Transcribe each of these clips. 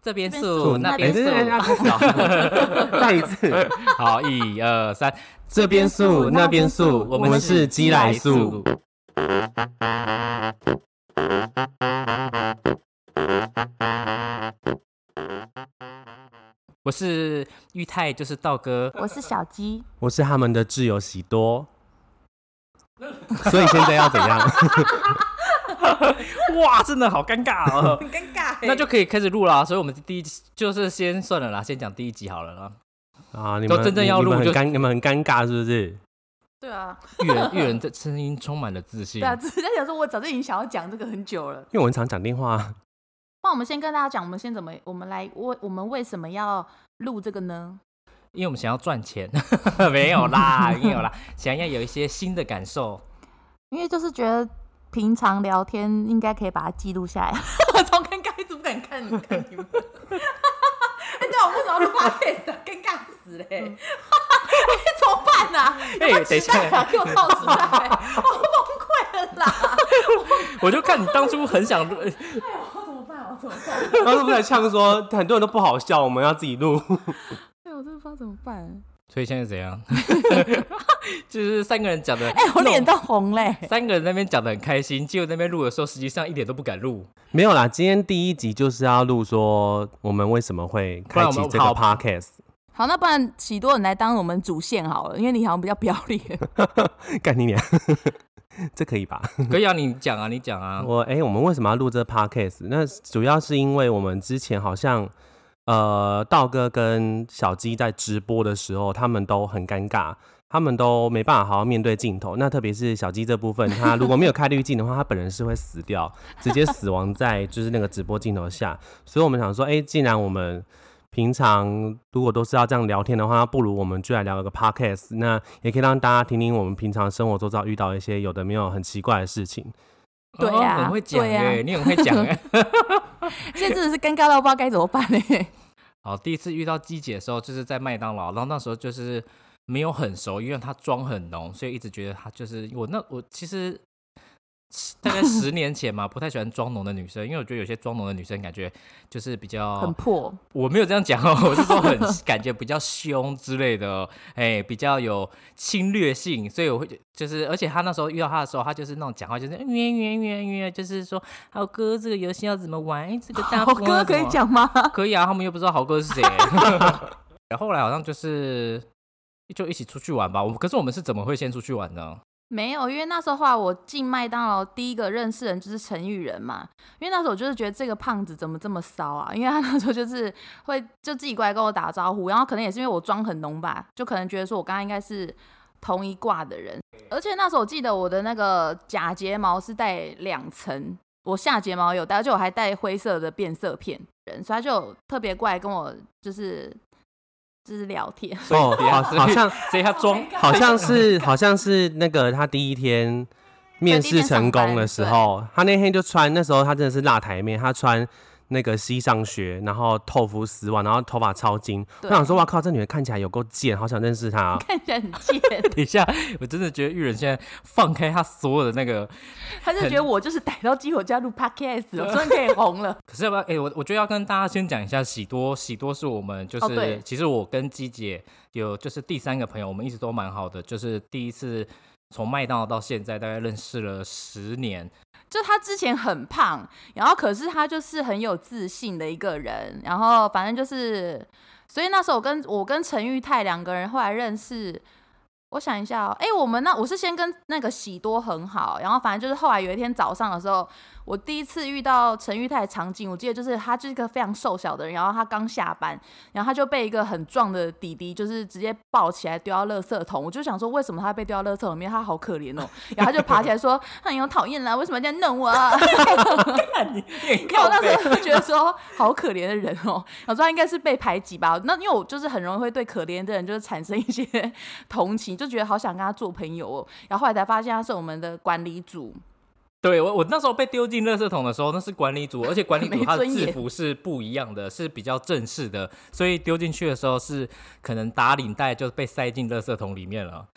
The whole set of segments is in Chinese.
这边素那边素， 再一次， 好，1、2、3， 这边素那边素，我们是鸡来素。 我是玉泰，就是道哥， 我是小鸡， 我是他们的挚友喜多。所以现在要怎样？ 哇，真的好尴尬哦， 很尴尬。 那就可以开始录啦。所以我们第一集就是先算了啦，先讲第1集好了啦。 啊，你们真正要录你们很尴尬是不是？ 对啊， 玉人的声音充满了自信。 对啊，只是在想说，我早就已经想要讲这个很久了。 因为我很常讲电话。 那我们先跟大家讲，我们为什么要录这个呢？ 因为我们想要赚钱，没有啦，想要有一些新的感受。 因为就是觉得平常聊天应该可以把它记录下来。超尴尬，一直不敢看你们。对啊，我为什么要录 podcast 啊？尴尬死嘞！怎么办啊？等一下，给我倒时代，我崩溃了啦！ 我就看你当初很想录。 哎呦，我怎么办？ 当时不是呛说很多人都不好笑，我们要自己录。 哎，我真的不知道怎么办。 所以现在怎样？就是3个人讲的， 我脸都红嘞。 3个人那边讲的很开心，结果那边录的时候，实际上一点都不敢录。 没有啦，今天第1集就是要录说我们为什么会开启这个 podcast。 好，那不然喜多你来当我们主线好了，因为你好像比较不要脸。 干你娘！这可以吧？ 可以啊，你讲啊。 我们为什么要录这 podcast？ 那主要是因为我们之前好像道哥跟小鸡在直播的时候，他们都很尴尬，他们都没办法好好面对镜头。那特别是小鸡这部分，他如果没有开滤镜的话，他本人是会死掉，直接死亡在就是那个直播镜头下。所以我们想说，既然我们平常如果都是要这样聊天的话，不如我们就来聊一个 podcast， 那也可以让大家听听我们平常生活周遭遇到一些有的没有很奇怪的事情。 对啊， 很会讲耶，你很会讲耶。 现在真的是尴尬到不知道该怎么办耶。 好，第一次遇到鸡姐的时候，就是在麦当劳，然后那时候就是没有很熟，因为她妆很浓，所以一直觉得她就是我其实大概10年前嘛，不太喜欢妆浓的女生，因为我觉得有些妆浓的女生感觉就是比较很破。 我没有这样讲哦，我是说很感觉比较凶之类的，比较有侵略性，所以我会就是，而且他那时候遇到他的时候，他就是那种讲话就是就是说豪哥这个游戏要怎么玩？这个大豪哥可以讲吗？ 可以啊，他们又不知道豪哥是谁。然后后来好像就一起出去玩吧，可是我们是怎么会先出去玩呢？ 没有，因为那时候后来我进麦当劳第一个认识人就是陈玉仁嘛，因为那时候我就是觉得这个胖子怎么这么骚啊，因为他那时候就是会就自己过来跟我打招呼，然后可能也是因为我妆很浓吧，就可能觉得说我刚刚应该是同一挂的人，而且那时候我记得我的那个假睫毛是戴2层，我下睫毛有戴，而且我还戴灰色的变色片人，所以他就特别过来跟我就是聊天。 好像所以他妆好像是那个他第一天面试成功的时候，他那天就穿，那时候他真的是辣台面，他穿那个西上学，然后透肤丝袜，然后头发超金。我想说，哇靠，这女人看起来有够贱，好想认识她。 看起来很贱。 等一下，我真的觉得玉人现在放开他所有的那个， 他就觉得我就是逮到机会加入 podcast 了，终于可以红了。 可是要不要？我觉得要跟大家先讲一下喜多是我们就是，其实我跟鸡姐有就是第3个朋友，我们一直都蛮好的，就是第一次从麦当劳到现在大概认识了10年。 就他之前很胖，然后可是他就是很有自信的一个人，然后反正就是，所以那时候我跟陈玉泰2个人后来认识。我想一下我是先跟那个喜多很好，然后反正就是后来有一天早上的时候，我第一次遇到陈玉泰的场景，我记得就是他就是一个非常瘦小的人，然后他刚下班，然后他就被一个很壮的弟弟就是直接抱起来丢到垃圾桶，我就想说为什么他被丢到垃圾桶里面，他好可怜哦，然后他就爬起来说哎呦讨厌啦，为什么要这样弄我啊？ 你我那时候就觉得说好可怜的人哦，我说他应该是被排挤吧，那因为我就是很容易会对可怜的人就是产生一些同情，就觉得好想跟他做朋友哦，然后后来才发现他是我们的管理组。 对，我那时候被丢进垃圾桶的时候，那是管理组，而且管理组他的制服是不一样的，是比较正式的，所以丢进去的时候是可能打领带就被塞进垃圾桶里面了。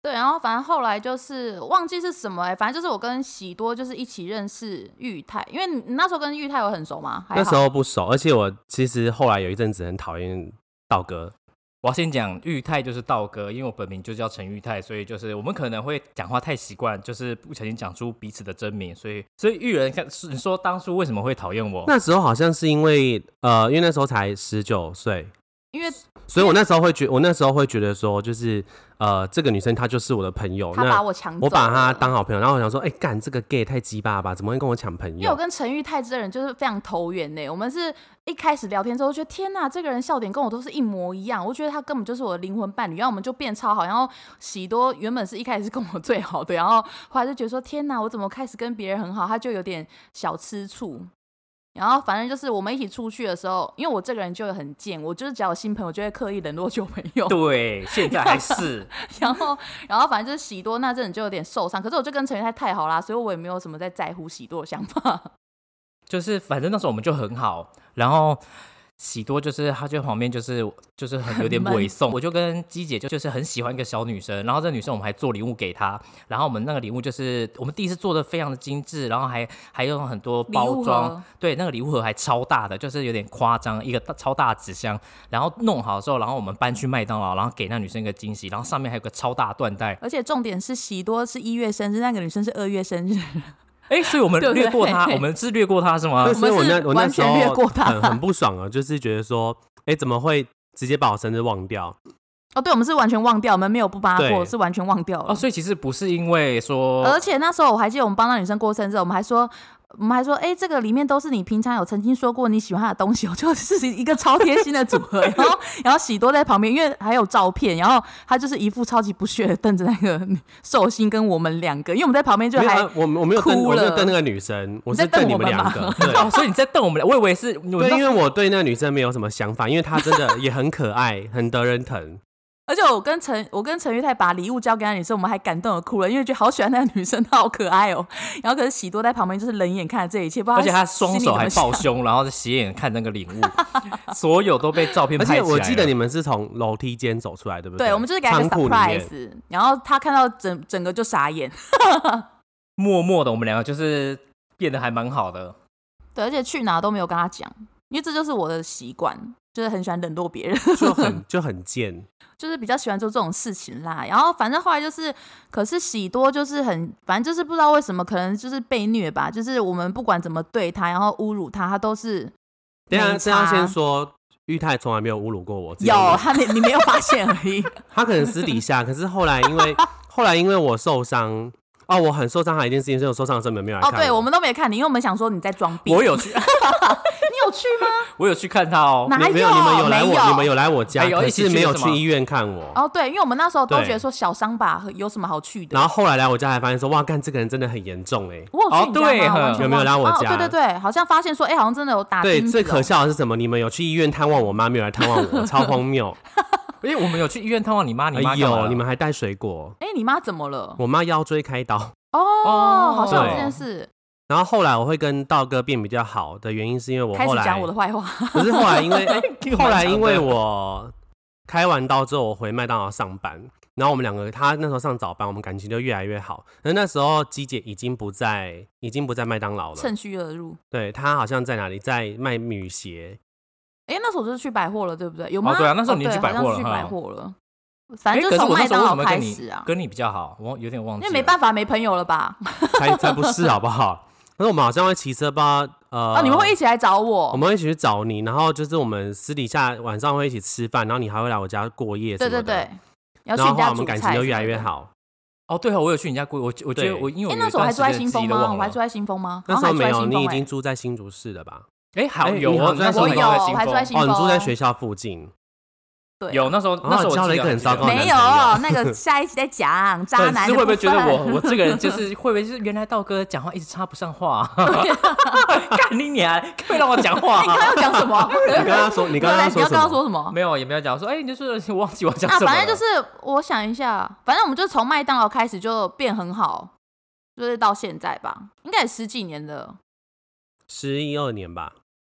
对，然后反正后来就是忘记是什么反正就是我跟喜多就是一起认识玉泰，因为你那时候跟玉泰有很熟吗？ 那时候不熟，而且我其实后来有一阵子很讨厌道哥。 我要先讲玉泰就是道哥，因为我本名就叫陈玉泰，所以就是我们可能会讲话太习惯，就是不小心讲出彼此的真名，所以玉人你说当初为什么会讨厌我？ 那时候好像是因为因为那时候才19岁， 因为所以我那时候会觉得说，就是这个女生她就是我的朋友， 她把我抢走了， 我把她当好朋友，然后我想说，干这个 gay 太鸡巴吧，怎么会跟我抢朋友？ 因为我跟陈玉泰这人就是非常投缘呢，我们是一开始聊天之后觉得天哪，这个人笑点跟我都是一模一样，我觉得他根本就是我的灵魂伴侣，然后我们就变超好。然后喜多原本是一开始是跟我最好的，然后后来就觉得说天哪，我怎么开始跟别人很好，他就有点小吃醋。然后反正就是我们一起出去的时候，因为我这个人就很贱，我就是只要有新朋友就会刻意冷落旧朋友。 对，现在还是。 然后反正就是喜多那阵子就有点受伤，可是我就跟陈玉泰太好啦，所以我也没有什么在在乎喜多的想法。 就是反正那时候我们就很好，然后喜多就是他就旁边就是很有点猥琐，我就跟鸡姐就是很喜欢一个小女生，然后这女生我们还做礼物给她，然后我们那个礼物就是我们第一次做的非常的精致，然后还用很多包装，对，那个礼物盒还超大的，就是有点夸张，一个超大的纸箱，然后弄好之后，然后我们搬去麦当劳，然后给那女生一个惊喜，然后上面还有个超大的缎带， 而且重点是喜多是1月生日，那个女生是2月生日。 所以我们略过他，我们是略过他是吗？ 所以我那时候略过他很不爽啊，就是觉得说，怎么会直接把我生日忘掉？ 哦，对，我们是完全忘掉，我们没有不帮他过，是完全忘掉了。 所以其实不是因为说， 而且那时候我还记得我们帮那女生过生日，我们还说，这个里面都是你平常有曾经说过你喜欢的东西，我就是一个超贴心的组合。然后喜多在旁边，因为还有照片，然后他就是一副超级不屑的瞪着那个寿星跟我们两个，因为我们在旁边就还我没有瞪那个女生，我是瞪你们两个。 对，所以你在瞪我们俩，我以为是对，因为我对那个女生没有什么想法，因为她真的也很可爱，很得人疼。 而且我跟陈玉泰把礼物交给那女生，我们还感动的哭了，因为觉得好喜欢那个女生，她好可爱哦。然后可是喜多在旁边就是冷眼看着这一切， 而且他双手还抱胸，然后斜眼看那个礼物，所有都被照片拍起来了。 而且我记得你们是从楼梯间走出来，对不对？ 对，我们就是给他一个 surprise， 然后他看到整个就傻眼。 默默的，我们两个就是变得还蛮好的。 对，而且去哪都没有跟他讲，因为这就是我的习惯，就是很喜欢冷落别人， 就很贱。 就是比较喜欢做这种事情啦，然后反正后来就是，可是喜多就是反正就是不知道为什么，可能就是被虐吧，就是我们不管怎么对他，然后侮辱他，他都是。 等一下先说，玉泰从来没有侮辱过我。 有你没有发现而已。 他可能私底下，可是后来因为我受伤。我很受伤的一件事情是我受伤的时候你们没有来看我。 对，我们都没看你，因为我们想说你在装逼。 我有去。 你有去吗？ 我有去看他哦。 哪有？ 你们有来我家，可是没有去医院看我。 对，因为我们那时候都觉得说小伤吧，有什么好去的。 然后后来我家才发现说，哇，干这个人真的很严重哎。 我有去你家吗？ 有没有来我家？ 对，好像发现说，好像真的有打钉子。 对，最可笑的是什么？你们有去医院探望我妈，没有来探望我，超荒谬。 我们有去医院探望你妈，你妈有，你们还带水果。 你妈怎么了？ 我妈腰椎开刀。 好像有这件事。 然后后来我会跟道哥变比较好的原因是因为我后来开始讲我的坏话。 不是后来因为我开完刀之后我回麦当劳上班，然后我们两个他那时候上早班，我们感情就越来越好。那时候鸡姐已经不在麦当劳了， 趁虚而入。 对，他好像在哪里，在卖女鞋。 那时候就是去百货了，对不对？有吗？ 对啊，那时候你去百货了。 去百货了。反正就从麦当劳开始啊， 跟你比较好，我有点忘记了， 因为没办法没朋友了吧？ 才不是好不好？可是我们好像会骑车，不知道你们会一起来找我， 我们会一起去找你，然后就是我们私底下晚上会一起吃饭，然后你还会来我家过夜什么的。 对， 然后后来我们感情就越来越好。 对啊，我有去你家过，我觉得因为那时候我还住在新丰吗？我还住在新丰吗？ 那时候没有，你已经住在新竹市了吧？ 有，我还住在新丰。 你住在学校附近。 对， 有那时候我交了一个很糟糕的男朋友。 没有，那个下一期再讲渣男的部分。 会不会觉得我这个人就是会不会是原来道哥讲话一直插不上话？干你娘！可以让我讲话。 你刚刚要讲什么？ 你刚刚说什么？ 没有，也没有讲说，你就是我忘记我讲什么了。 反正就是我想一下，反正我们就从麦当劳开始就变很好，就是到现在吧，应该也10几年了。 11、12年吧。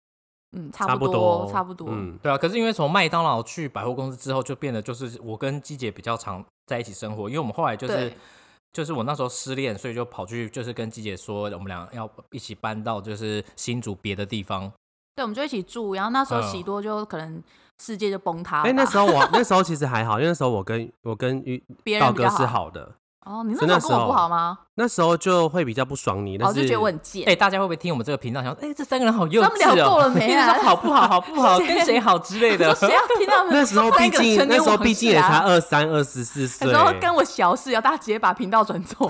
差不多。 对啊。可是因为从麦当劳去百货公司之后，就变得就是我跟鸡姐比较常在一起生活，因为我们后来就是我那时候失恋，所以就跑去就是跟鸡姐说，我们俩要一起搬到就是新竹别的地方。 对，我们就一起住，然后那时候喜多就可能世界就崩塌了。 那时候其实还好，因为那时候我跟道哥是好的。 哦，你那时候跟我不好吗？ 那时候就会比较不爽你， 就觉得我很贱。 大家会不会听我们这个频道想说，这三个人好幼稚哦？ 他们聊够了没啊？ 好不好，跟谁好之类的。 谁要听他们？ 那时候毕竟也才23、24岁， 那时候跟我小事，要大家直接把频道转走。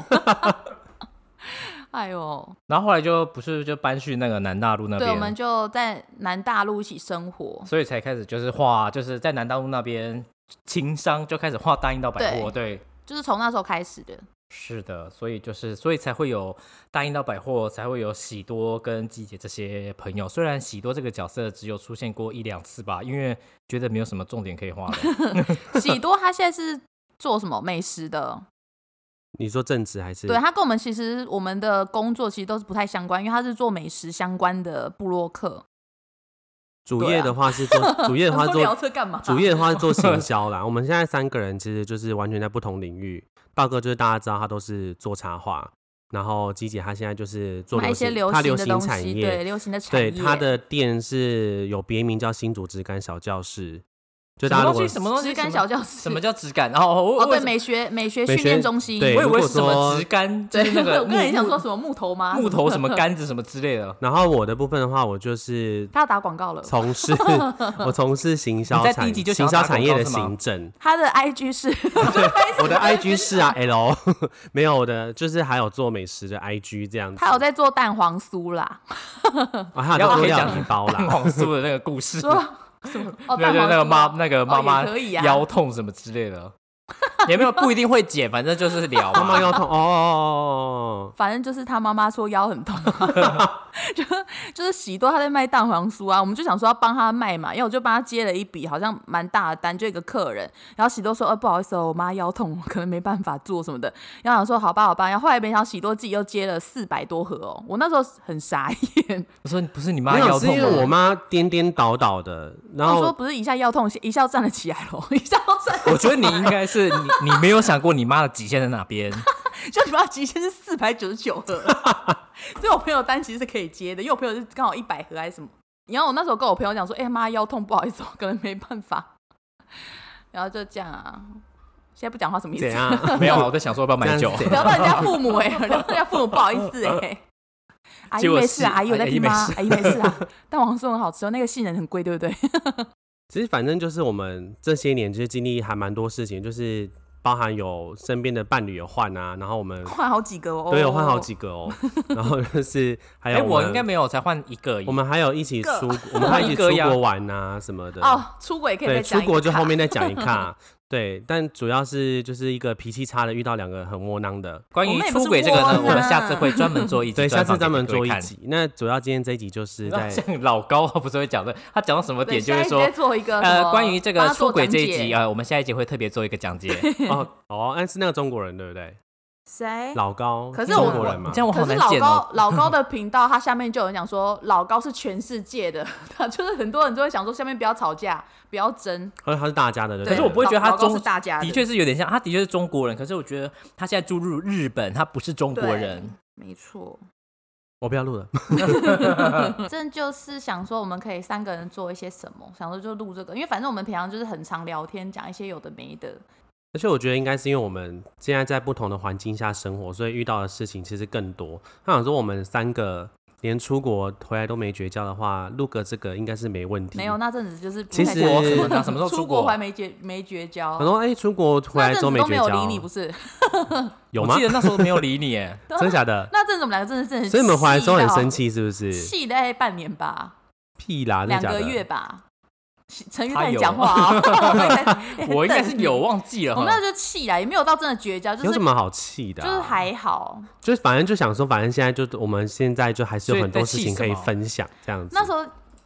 哎呦！ 然后后来就搬去那个南大陆那边， 对，我们就在南大陆一起生活， 所以才开始就是在南大陆那边情商就开始画大英道百货，对， 就是从那时候开始的。 是的，所以才会有大英道百货，才会有喜多跟季姐这些朋友。虽然喜多这个角色只有出现过1-2次吧，因为觉得没有什么重点可以画的。 喜多他现在是做什么美食的？ 你说正职还是？ 对，他跟我们的工作其实都是不太相关，因为他是做美食相关的部落客。 主业的话是做，主业的话聊这干嘛？ 主业的话是做行销啦。我们现在3个人其实就是完全在不同领域。道哥就是大家知道他都是做插画，然后鸡姐她现在就是做一些流行产业， 对流行的产业。 对，她的店是有别名叫新竹质感小教室。就什么东西？ 质感小教室？ 什么叫质感？ 对，美学训练中心。 对， 我以为是什么质感，就是那个。 我跟你想说什么木头吗？ 木头什么杆子什么之类的。 然后我的部分的话，我就是他要打广告了。 我从事行销产业的行政。 他的 IG 是， 我的 IG 是啊 L 没有的，就是还有做美食的 IG 这样子。 他有在做蛋黄酥啦， 还有做料理包啦， 蛋黄酥的那个故事。 那个妈妈腰痛什么之类的，也没有不一定会减，反正就是聊妈妈腰痛反正就是他妈妈说腰很痛，就是喜多他在卖蛋黄酥啊，我们就想说要帮他卖嘛，因为我就帮他接了一笔好像蛮大的单，就一个客人，然后喜多说不好意思我妈腰痛，可能没办法做什么的，然后想说好吧，然后后来没想到喜多自己又接了400多盒我那时候很傻眼。 我说不是你妈腰痛吗？ 是因为我妈颠颠倒倒的，然后我说不是一下腰痛一下站了起来了，一下都站了起来。 我觉得你应该是你没有想过你妈的极限在哪边。 就你妈的极限是499盒，所以我朋友单其实是可以接的，因为我朋友是刚好100盒还是什么。然后我那时候跟我朋友讲说，妈腰痛，不好意思，我可能没办法。然后就这样啊，现在不讲话什么意思？ 没有，我在想说要不要买酒。 聊到人家父母聊到人家父母不好意思阿姨没事啊，阿姨有在听吗？阿姨没事啊，蛋黄酥很好吃那个杏仁很贵，对不对？ 其实反正就是我们这些年就是经历还蛮多事情，就是包含有身边的伴侣有换啊，然后我们换好几个对，有换好几个然后就是还有我应该没有，才换1个而已。 我们还有一起我们还一起出国玩啊什么的。 出国也可以再讲一卡。 对，出国就后面再讲一卡。对，但主要是就是一个脾气差的遇到2个很窝囊的。 关于出轨这个呢，我们下次会专门做一集。 对，下次专门做一集。那主要今天这一集就是在像老高不是会讲的，他讲到什么点就是说， 做一个关于这个出轨这一集我们下一集会特别做一个讲解。 是那个中国人对不对？ 谁？ 老高。 可是中国人嘛， 这样我好难剪老高的频道，他下面就有人讲说，老高是全世界的，就是很多人都会想说，下面不要吵架，不要争。 他是大家的， 可是我不会觉得他是大家的确是有点像，他的确是中国人，可是我觉得他现在住入日本，他不是中国人。 没错。 我不要录了。 真就是想说，我们可以3个人做一些什么，想说就录这个，因为反正我们平常就是很常聊天，讲一些有的没的。 而且我觉得应该是因为我们现在在不同的环境下生活，所以遇到的事情其实更多。他想说我们3个连出国回来都没绝交的话，录个这个应该是没问题。 没有，那阵子就是其实什么时候出国还没绝交？ 他说出国回来之后没绝交， 都没有理你不是？ 有吗？ 我记得那时候没有理你真的假的？ 那阵子我们2个真的是很， 所以你们回来之后很生气是不是？ 气大概半年吧。 屁啦 ，2个月吧。陈玉泰讲话我应该是有忘记了。 我们那就气啦，也没有到真的绝交，就是有什么好气的？ 就是还好， 就是反正就想说，反正现在就我们现在就还是有很多事情可以分享这样子。 那时候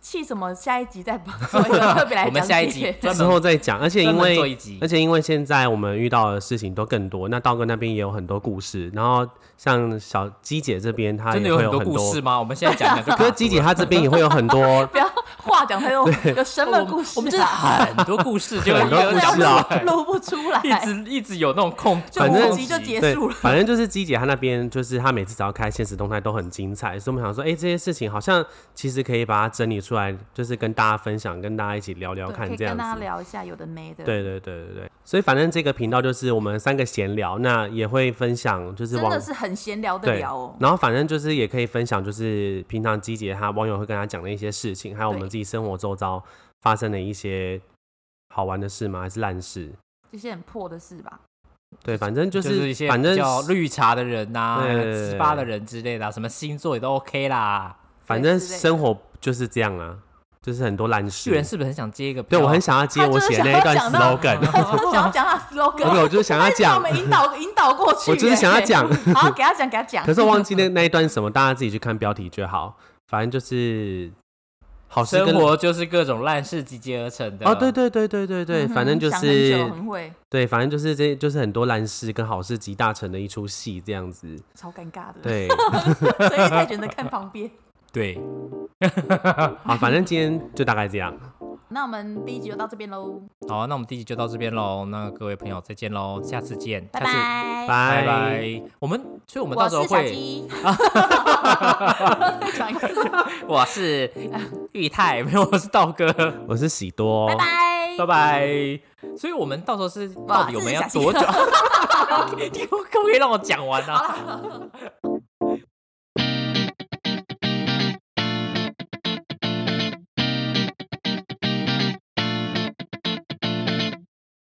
气什么？下一集再做一个特别来讲解。 我们下一集之后再讲，而且因为现在我们遇到的事情都更多，那道哥那边也有很多故事，然后像小鸡姐这边，她也会有很多故事吗？我们现在讲就可是鸡姐她这边也会有很多， 不要话讲太多，有什么故事？ 我们真的很多故事，就很多故事啊， 录不出来， 一直有那种空， 反正集就结束了。 反正就是鸡姐她那边，就是她每次只要开现实动态都很精彩，所以我们想说，这些事情好像其实可以把它整理出来，就是跟大家分享，跟大家一起聊聊看，这样子。可以跟大家聊一下有的没的。 对。所以反正这个频道就是我们3个闲聊，那也会分享，就是真的是很闲聊的聊哦。 然后反正就是也可以分享，就是平常鸡姐她网友会跟她讲的一些事情，还有我们自己生活周遭发生的一些好玩的事吗？还是烂事？ 这些很破的事吧。 对，反正就是一些比较绿茶的人啊，鸡巴的人之类的，什么星座也都 OK 啦。 反正生活就是这样啊，就是很多烂事。 巨人是不是很想接一个？ 对，我很想要接我写的那一段 slogan， 我想要讲他 slogan， 我就是想要讲， 我们引导过去。 我就是想要讲， 好，给他讲。 可是我忘记那一段是什么，大家自己去看标题就好。反正就是好事生活就是各种烂事集结而成的。 哦，对，反正就是很会。 对，反正就是就是很多烂事跟好事集大成的一出戏这样子， 超尴尬的。 对， 所以太卷的看旁边。 对， 好，反正今天就大概这样。 那我们第一集就到这边喽。 好，那我们第一集就到这边喽。那各位朋友再见喽，下次见， 拜拜， 拜拜。所以我们到时候会。我是玉泰，没有，我是道哥， 我是喜多， 拜拜。所以我们到时候是到底我们要多久？你可不可以让我讲完啊？